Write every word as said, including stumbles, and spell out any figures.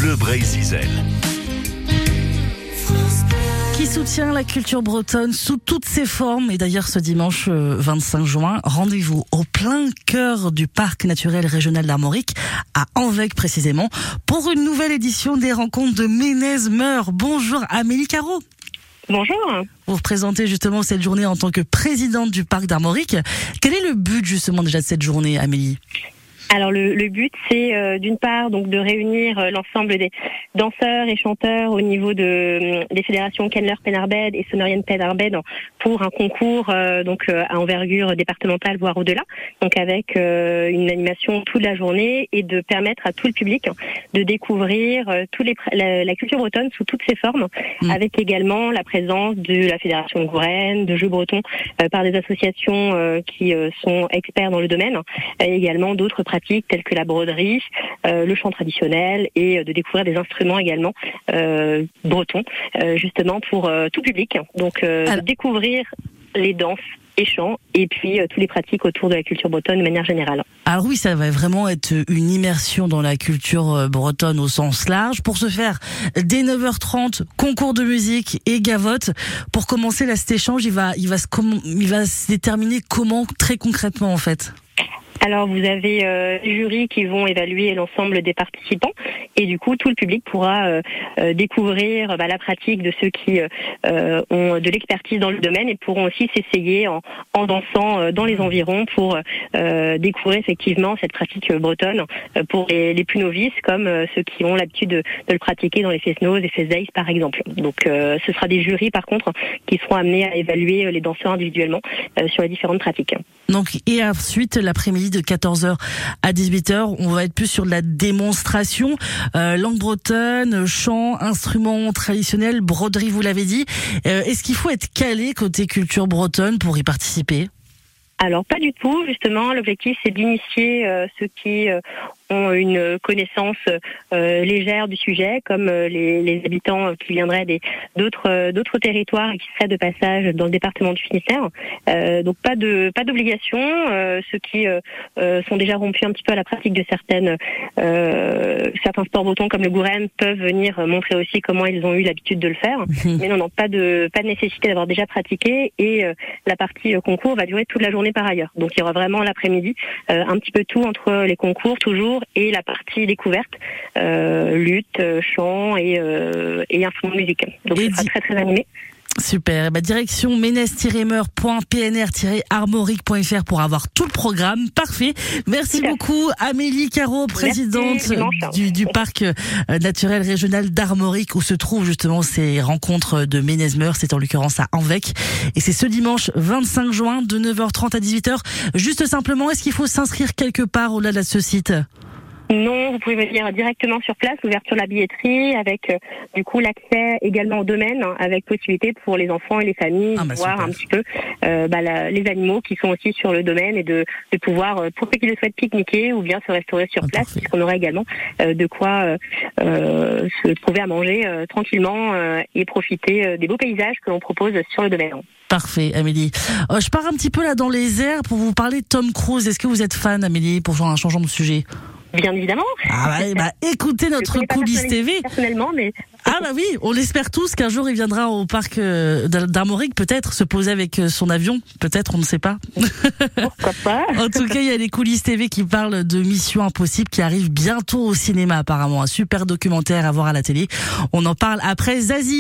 Bleu Brésil. Qui soutient la culture bretonne sous toutes ses formes. Et d'ailleurs, ce dimanche vingt-cinq juin, rendez-vous au plein cœur du parc naturel régional d'Armorique, à Anvec précisément, pour une nouvelle édition des rencontres de Ménez-Meur. Bonjour Amélie Caro. Bonjour. Vous représentez justement cette journée en tant que présidente du parc d'Armorique. Quel est le but justement déjà de cette journée, Amélie ? Alors le, le but, c'est euh, d'une part donc de réunir euh, l'ensemble des danseurs et chanteurs au niveau de euh, des fédérations Kenler Penarbed et Sonorienne Penarbed pour un concours euh, donc euh, à envergure départementale voire au-delà. Donc avec euh, une animation toute la journée et de permettre à tout le public de découvrir euh, tous les la, la culture bretonne sous toutes ses formes, mmh. avec également la présence de la fédération Gouren, de Jeux Bretons euh, par des associations euh, qui euh, sont experts dans le domaine, et également d'autres pratiques telles que la broderie, euh, le chant traditionnel et euh, de découvrir des instruments également euh, bretons, euh, justement pour euh, tout public. Donc euh, Alors... de découvrir les danses et chants et puis euh, tous les pratiques autour de la culture bretonne de manière générale. Alors oui, ça va vraiment être une immersion dans la culture bretonne au sens large. Pour ce faire, dès neuf heures trente, concours de musique et gavotte. Pour commencer là, cet échange, il va, il va se, il va se déterminer comment très concrètement en fait. Alors vous avez euh, les jurys qui vont évaluer l'ensemble des participants et du coup tout le public pourra euh, euh, découvrir bah, la pratique de ceux qui euh, ont de l'expertise dans le domaine et pourront aussi s'essayer en, en dansant euh, dans les environs pour euh, découvrir effectivement cette pratique bretonne euh, pour les, les plus novices comme euh, ceux qui ont l'habitude de, de le pratiquer dans les fest-noz et fest-days par exemple. Donc euh, ce sera des jurys par contre qui seront amenés à évaluer les danseurs individuellement euh, sur les différentes pratiques. Donc et ensuite l'après-midi de quatorze heures à dix-huit heures, on va être plus sur de la démonstration, euh, langue bretonne, chant, instruments traditionnels, broderie, vous l'avez dit. Euh, est-ce qu'il faut être calé côté culture bretonne pour y participer ? Alors pas du tout, justement, l'objectif c'est d'initier euh, ceux qui euh, ont une connaissance euh, légère du sujet, comme euh, les, les habitants qui viendraient des, d'autres, euh, d'autres territoires et qui seraient de passage dans le département du Finistère. Euh, donc pas de pas d'obligation. Euh, ceux qui euh, euh, sont déjà rompus un petit peu à la pratique de certaines euh, certains sports bretons comme le Gouren peuvent venir montrer aussi comment ils ont eu l'habitude de le faire. Mais non, non, pas de pas de nécessité d'avoir déjà pratiqué et euh, la partie euh, concours va durer toute la journée par ailleurs. Donc il y aura vraiment l'après-midi euh, un petit peu tout entre les concours toujours et la partie découverte, euh, lutte, chant et, euh, et instruments de musique. Donc ce sera très très animé. Super. Bah, direction ménez meur point p n r tiret armorique point f r pour avoir tout le programme. Parfait. Merci beaucoup beaucoup Caro, présidente du, du parc naturel régional d'Armorique où se trouvent justement ces rencontres de Ménez-Meur. C'est en l'occurrence à Anvec. Et c'est ce dimanche vingt-cinq juin de neuf heures trente à dix-huit heures. Juste simplement, est-ce qu'il faut s'inscrire quelque part au-delà de ce site ? Non, vous pouvez venir directement sur place, ouverture de la billetterie, avec euh, du coup l'accès également au domaine, hein, avec possibilité pour les enfants et les familles ah bah de voir super. un petit peu euh, bah, la, les animaux qui sont aussi sur le domaine et de, de pouvoir, euh, pour ceux qui le souhaitent, pique-niquer ou bien se restaurer sur ah, place, parfait. Puisqu'on aura également euh, de quoi euh, euh, se trouver à manger euh, tranquillement euh, et profiter euh, des beaux paysages que l'on propose sur le domaine. Parfait, Amélie. Euh, je pars un petit peu là dans les airs pour vous parler de Tom Cruise. Est-ce que vous êtes fan, Amélie, pour un changeant de sujet ? Bien évidemment. Ah bah, bah écoutez notre coulisses T V. Personnellement, mais ah bah oui, on l'espère tous qu'un jour il viendra au parc d'Armorique, peut-être se poser avec son avion, peut-être, on ne sait pas. Pourquoi pas. En tout cas, il y a les coulisses T V qui parlent de Mission Impossible qui arrive bientôt au cinéma apparemment, un super documentaire à voir à la télé. On en parle après Zazie.